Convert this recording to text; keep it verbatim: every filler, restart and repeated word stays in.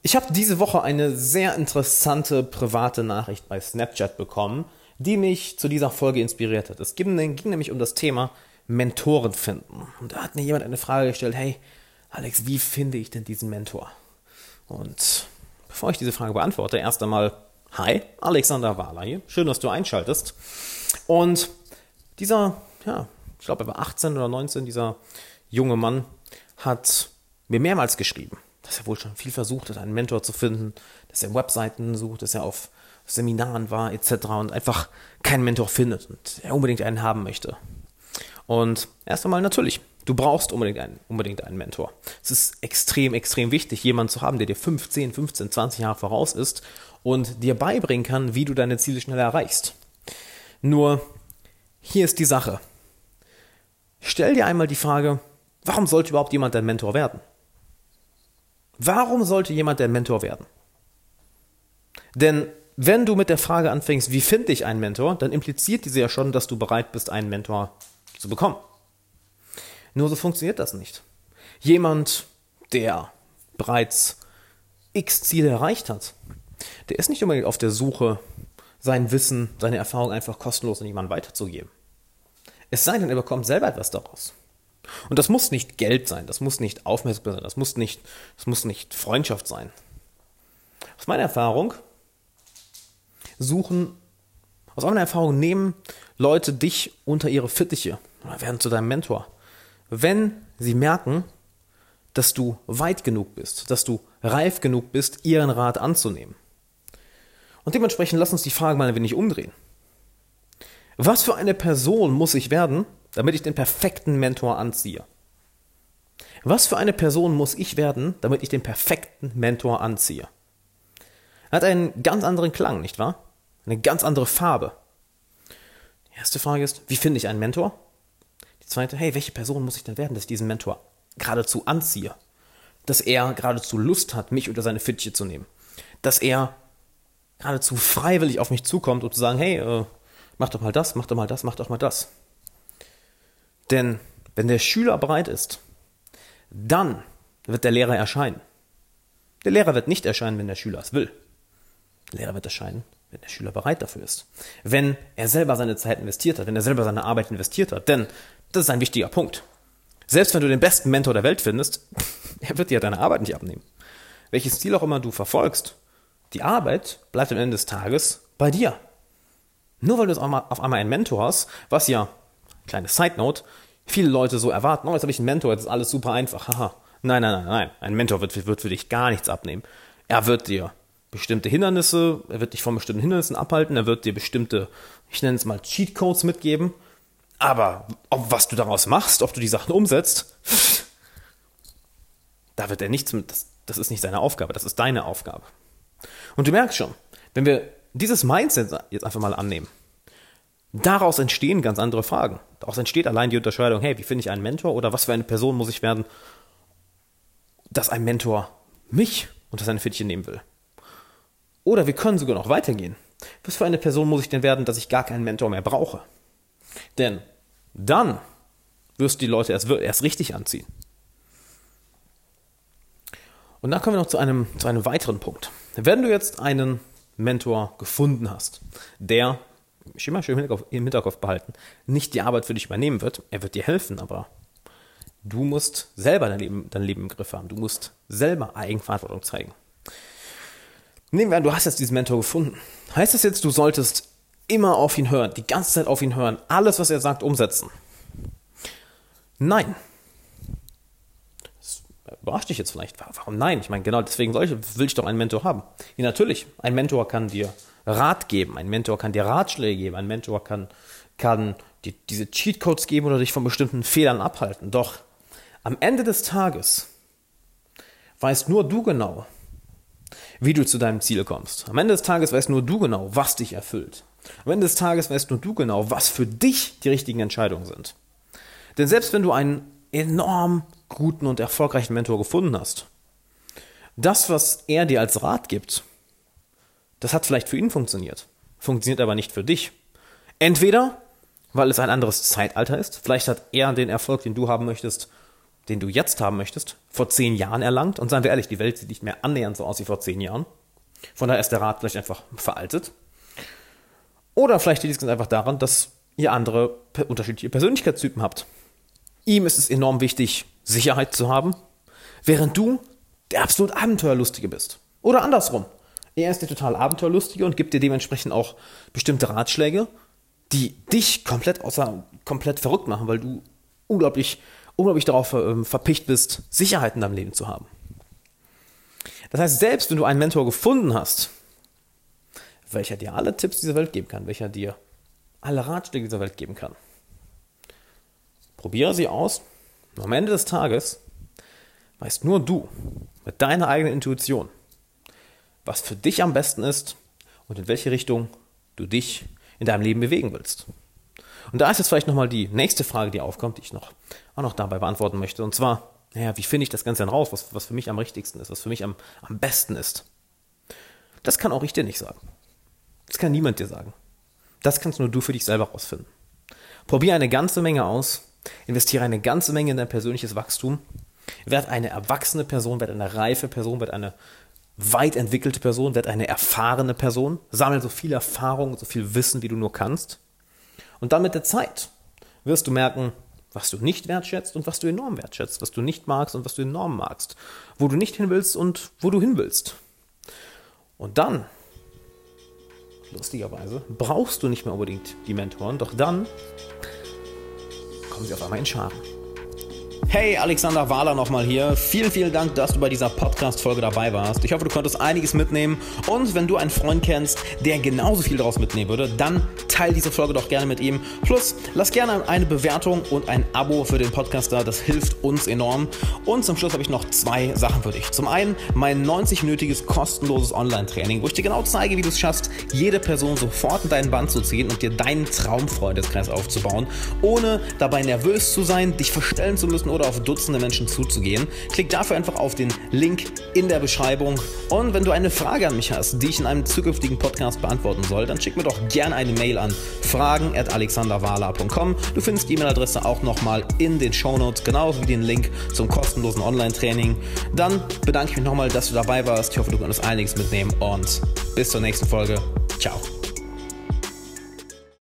Ich habe diese Woche eine sehr interessante private Nachricht bei Snapchat bekommen, die mich zu dieser Folge inspiriert hat. Es ging, ging nämlich um das Thema Mentoren finden. Und da hat mir jemand eine Frage gestellt: Hey Alex, wie finde ich denn diesen Mentor? Und bevor ich diese Frage beantworte, erst einmal: Hi, Alexander Wahler hier. Schön, dass du einschaltest. Und dieser, ja, ich glaube er war achtzehn oder neunzehn, dieser junge Mann hat mir mehrmals geschrieben, dass er wohl schon viel versucht hat, einen Mentor zu finden, dass er Webseiten sucht, dass er auf Seminaren war et cetera und einfach keinen Mentor findet und er unbedingt einen haben möchte. Und erst einmal natürlich, du brauchst unbedingt einen, unbedingt einen Mentor. Es ist extrem, extrem wichtig, jemanden zu haben, der dir fünf, zehn, fünfzehn, zwanzig Jahre voraus ist und dir beibringen kann, wie du deine Ziele schneller erreichst. Nur, hier ist die Sache. Stell dir einmal die Frage: Warum sollte überhaupt jemand dein Mentor werden? Warum sollte jemand dein Mentor werden? Denn wenn du mit der Frage anfängst, wie finde ich einen Mentor, dann impliziert diese ja schon, dass du bereit bist, einen Mentor zu bekommen. Nur so funktioniert das nicht. Jemand, der bereits x Ziele erreicht hat, der ist nicht unbedingt auf der Suche, sein Wissen, seine Erfahrung einfach kostenlos an jemanden weiterzugeben. Es sei denn, er bekommt selber etwas daraus. Und das muss nicht Geld sein, das muss nicht Aufmerksamkeit sein, das muss nicht, das muss nicht Freundschaft sein. Aus meiner Erfahrung suchen, aus meiner Erfahrung nehmen Leute dich unter ihre Fittiche oder werden zu deinem Mentor, wenn sie merken, dass du weit genug bist, dass du reif genug bist, ihren Rat anzunehmen. Und dementsprechend lass uns die Frage mal ein wenig umdrehen. Was für eine Person muss ich werden, damit ich den perfekten Mentor anziehe? Was für eine Person muss ich werden, damit ich den perfekten Mentor anziehe? Er hat einen ganz anderen Klang, nicht wahr? Eine ganz andere Farbe. Die erste Frage ist: Wie finde ich einen Mentor? Die zweite: Hey, welche Person muss ich denn werden, dass ich diesen Mentor geradezu anziehe? Dass er geradezu Lust hat, mich unter seine Fittiche zu nehmen. Dass er geradezu freiwillig auf mich zukommt und zu sagen: Hey, äh, mach doch mal das, mach doch mal das, mach doch mal das. Denn wenn der Schüler bereit ist, dann wird der Lehrer erscheinen. Der Lehrer wird nicht erscheinen, wenn der Schüler es will. Der Lehrer wird erscheinen, wenn der Schüler bereit dafür ist. Wenn er selber seine Zeit investiert hat, wenn er selber seine Arbeit investiert hat. Denn das ist ein wichtiger Punkt. Selbst wenn du den besten Mentor der Welt findest, er wird dir deine Arbeit nicht abnehmen. Welches Ziel auch immer du verfolgst, die Arbeit bleibt am Ende des Tages bei dir. Nur weil du auf einmal einen Mentor hast, was ja, kleine Side Note, viele Leute so erwarten: Oh, jetzt habe ich einen Mentor, jetzt ist alles super einfach. Haha. Nein, nein, nein, nein. Ein Mentor wird, wird für dich gar nichts abnehmen. Er wird dir bestimmte Hindernisse, er wird dich von bestimmten Hindernissen abhalten, er wird dir bestimmte, ich nenne es mal Cheatcodes mitgeben. Aber ob was du daraus machst, ob du die Sachen umsetzt, da wird er nichts mit, das, das ist nicht seine Aufgabe, das ist deine Aufgabe. Und du merkst schon, wenn wir dieses Mindset jetzt einfach mal annehmen, daraus entstehen ganz andere Fragen. Daraus entsteht allein die Unterscheidung: Hey, wie finde ich einen Mentor? Oder was für eine Person muss ich werden, dass ein Mentor mich unter seine Fittiche nehmen will? Oder wir können sogar noch weitergehen. Was für eine Person muss ich denn werden, dass ich gar keinen Mentor mehr brauche? Denn dann wirst du die Leute erst, erst richtig anziehen. Und dann kommen wir noch zu einem, zu einem weiteren Punkt. Wenn du jetzt einen Mentor gefunden hast, der, ich will mal schön im Hinterkopf behalten, nicht die Arbeit für dich übernehmen wird, er wird dir helfen, aber du musst selber dein Leben, dein Leben im Griff haben. Du musst selber Eigenverantwortung zeigen. Nehmen wir an, du hast jetzt diesen Mentor gefunden. Heißt das jetzt, du solltest immer auf ihn hören, die ganze Zeit auf ihn hören, alles, was er sagt, umsetzen? Nein. Das überrascht dich jetzt vielleicht. Warum nein? Ich meine, genau deswegen will ich doch einen Mentor haben. Ja, natürlich, ein Mentor kann dir Rat geben, ein Mentor kann dir Ratschläge geben, ein Mentor kann, kann dir diese Cheatcodes geben oder dich von bestimmten Fehlern abhalten. Doch am Ende des Tages weißt nur du genau, wie du zu deinem Ziel kommst. Am Ende des Tages weißt nur du genau, was dich erfüllt. Am Ende des Tages weißt nur du genau, was für dich die richtigen Entscheidungen sind. Denn selbst wenn du einen enorm guten und erfolgreichen Mentor gefunden hast, das, was er dir als Rat gibt, das hat vielleicht für ihn funktioniert, funktioniert aber nicht für dich. Entweder, weil es ein anderes Zeitalter ist, vielleicht hat er den Erfolg, den du haben möchtest, den du jetzt haben möchtest, vor zehn Jahren erlangt. Und seien wir ehrlich, die Welt sieht nicht mehr annähernd so aus wie vor zehn Jahren. Von daher ist der Rat vielleicht einfach veraltet. Oder vielleicht liegt es einfach daran, dass ihr andere unterschiedliche Persönlichkeitstypen habt. Ihm ist es enorm wichtig, Sicherheit zu haben, während du der absolut Abenteuerlustige bist. Oder andersrum. Er ist der total Abenteuerlustige und gibt dir dementsprechend auch bestimmte Ratschläge, die dich komplett außer, komplett verrückt machen, weil du unglaublich, unglaublich darauf äh, verpicht bist, Sicherheit in deinem Leben zu haben. Das heißt, selbst wenn du einen Mentor gefunden hast, welcher dir alle Tipps dieser Welt geben kann, welcher dir alle Ratschläge dieser Welt geben kann, probiere sie aus. Und am Ende des Tages weißt nur du mit deiner eigenen Intuition, was für dich am besten ist und in welche Richtung du dich in deinem Leben bewegen willst. Und da ist jetzt vielleicht nochmal die nächste Frage, die aufkommt, die ich noch, auch noch dabei beantworten möchte. Und zwar, naja, wie finde ich das Ganze denn raus, was, was für mich am richtigsten ist, was für mich am, am besten ist? Das kann auch ich dir nicht sagen. Das kann niemand dir sagen. Das kannst nur du für dich selber rausfinden. Probier eine ganze Menge aus, investiere eine ganze Menge in dein persönliches Wachstum, werd eine erwachsene Person, werd eine reife Person, werd eine weit entwickelte Person, werd eine erfahrene Person, sammle so viel Erfahrung, so viel Wissen, wie du nur kannst. Und dann mit der Zeit wirst du merken, was du nicht wertschätzt und was du enorm wertschätzt, was du nicht magst und was du enorm magst, wo du nicht hin willst und wo du hin willst. Und dann, lustigerweise, brauchst du nicht mehr unbedingt die Mentoren, doch dann kommen sie auf einmal in Scharen. Hey, Alexander Wahler nochmal hier. Vielen, vielen Dank, dass du bei dieser Podcast-Folge dabei warst. Ich hoffe, du konntest einiges mitnehmen. Und wenn du einen Freund kennst, der genauso viel daraus mitnehmen würde, dann teile diese Folge doch gerne mit ihm. Plus, lass gerne eine Bewertung und ein Abo für den Podcast da. Das hilft uns enorm. Und zum Schluss habe ich noch zwei Sachen für dich. Zum einen mein neunzig-minütiges kostenloses Online-Training, wo ich dir genau zeige, wie du es schaffst, jede Person sofort in deinen Band zu ziehen und dir deinen Traumfreundeskreis aufzubauen, ohne dabei nervös zu sein, dich verstellen zu müssen oder auf Dutzende Menschen zuzugehen. Klick dafür einfach auf den Link in der Beschreibung. Und wenn du eine Frage an mich hast, die ich in einem zukünftigen Podcast beantworten soll, dann schick mir doch gerne eine Mail an fragen at alexanderwahler punkt com. Du findest die E-Mail-Adresse auch nochmal in den Shownotes, genauso wie den Link zum kostenlosen Online-Training. Dann bedanke ich mich nochmal, dass du dabei warst. Ich hoffe, du konntest einiges mitnehmen und bis zur nächsten Folge. Ciao.